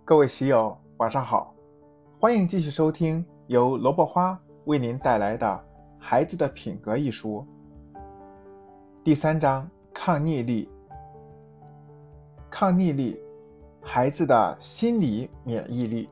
各位喜友，晚上好，欢迎继续收听由萝卜花为您带来的《孩子的品格》一书。第3章：抗逆力。抗逆力，孩子的心理免疫力。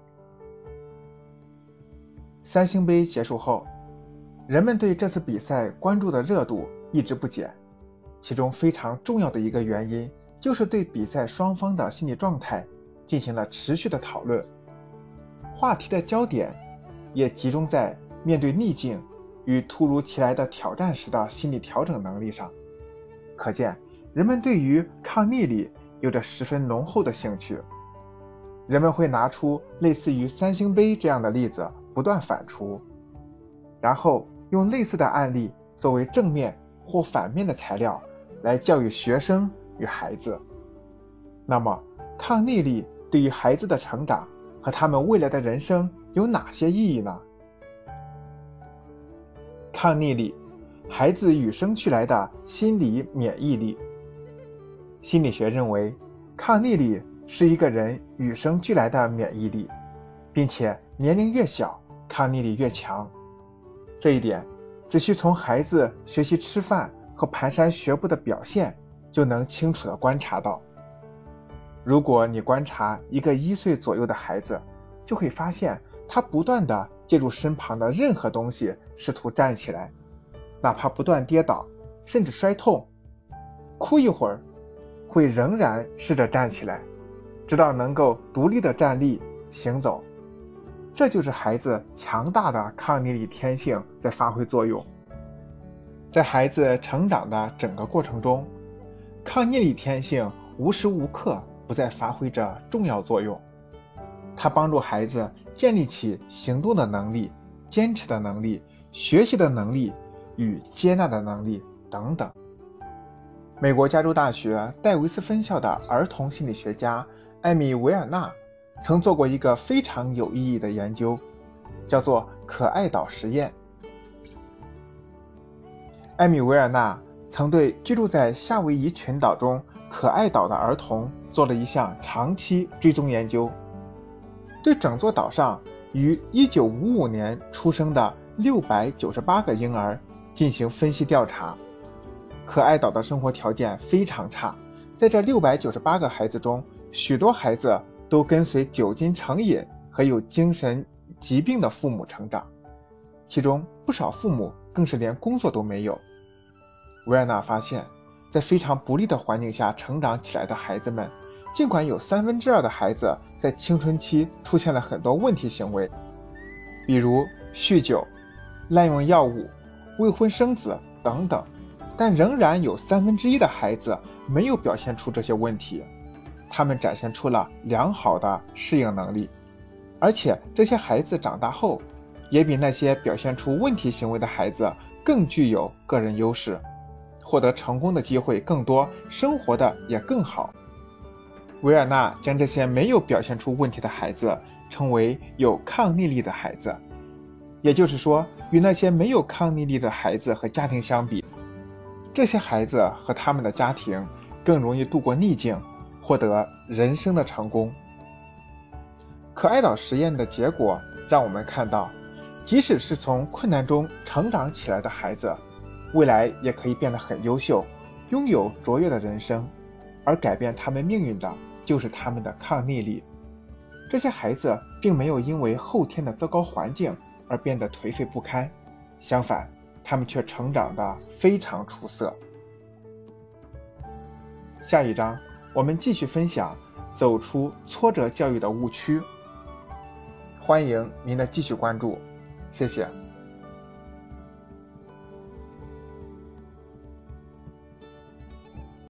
三星杯结束后，人们对这次比赛关注的热度一直不减，其中非常重要的一个原因就是对比赛双方的心理状态进行了持续的讨论，话题的焦点也集中在面对逆境与突如其来的挑战时的心理调整能力上。可见，人们对于抗逆力有着十分浓厚的兴趣。人们会拿出类似于三星杯这样的例子不断反刍，然后用类似的案例作为正面或反面的材料来教育学生与孩子。那么，抗逆力对于孩子的成长和他们未来的人生有哪些意义呢？抗逆力，孩子与生俱来的心理免疫力。心理学认为，抗逆力是一个人与生俱来的免疫力，并且年龄越小，抗逆力越强。这一点只需从孩子学习吃饭和蹒跚学步的表现就能清楚地观察到。如果你观察一个1岁左右的孩子，就会发现他不断地借助身旁的任何东西试图站起来，哪怕不断跌倒，甚至摔痛，哭一会儿，会仍然试着站起来，直到能够独立地站立行走。这就是孩子强大的抗逆力天性在发挥作用。在孩子成长的整个过程中，抗逆力天性无时无刻不再发挥着重要作用。它帮助孩子建立起行动的能力、坚持的能力、学习的能力与接纳的能力等等。美国加州大学戴维斯分校的儿童心理学家艾米·维尔纳曾做过一个非常有意义的研究，叫做可爱岛实验。艾米·维尔纳曾对居住在夏威夷群岛中可爱岛的儿童做了一项长期追踪研究，对整座岛上于1955年出生的698个婴儿进行分析调查。可爱岛的生活条件非常差，在这698个孩子中，许多孩子都跟随酒精成瘾和有精神疾病的父母成长，其中不少父母更是连工作都没有。维尔纳发现，在非常不利的环境下成长起来的孩子们，尽管有2/3的孩子在青春期出现了很多问题行为，比如酗酒、滥用药物、未婚生子等等，但仍然有1/3的孩子没有表现出这些问题，他们展现出了良好的适应能力，而且这些孩子长大后也比那些表现出问题行为的孩子更具有个人优势，获得成功的机会更多，生活的也更好。维尔纳将这些没有表现出问题的孩子称为有抗逆力的孩子，也就是说，与那些没有抗逆力的孩子和家庭相比，这些孩子和他们的家庭更容易度过逆境，获得人生的成功。可爱岛实验的结果让我们看到，即使是从困难中成长起来的孩子，未来也可以变得很优秀，拥有卓越的人生，而改变他们命运的就是他们的抗逆力。这些孩子并没有因为后天的糟糕环境而变得颓废不堪，相反，他们却成长得非常出色。下一章我们继续分享走出挫折教育的误区，欢迎您的继续关注，谢谢。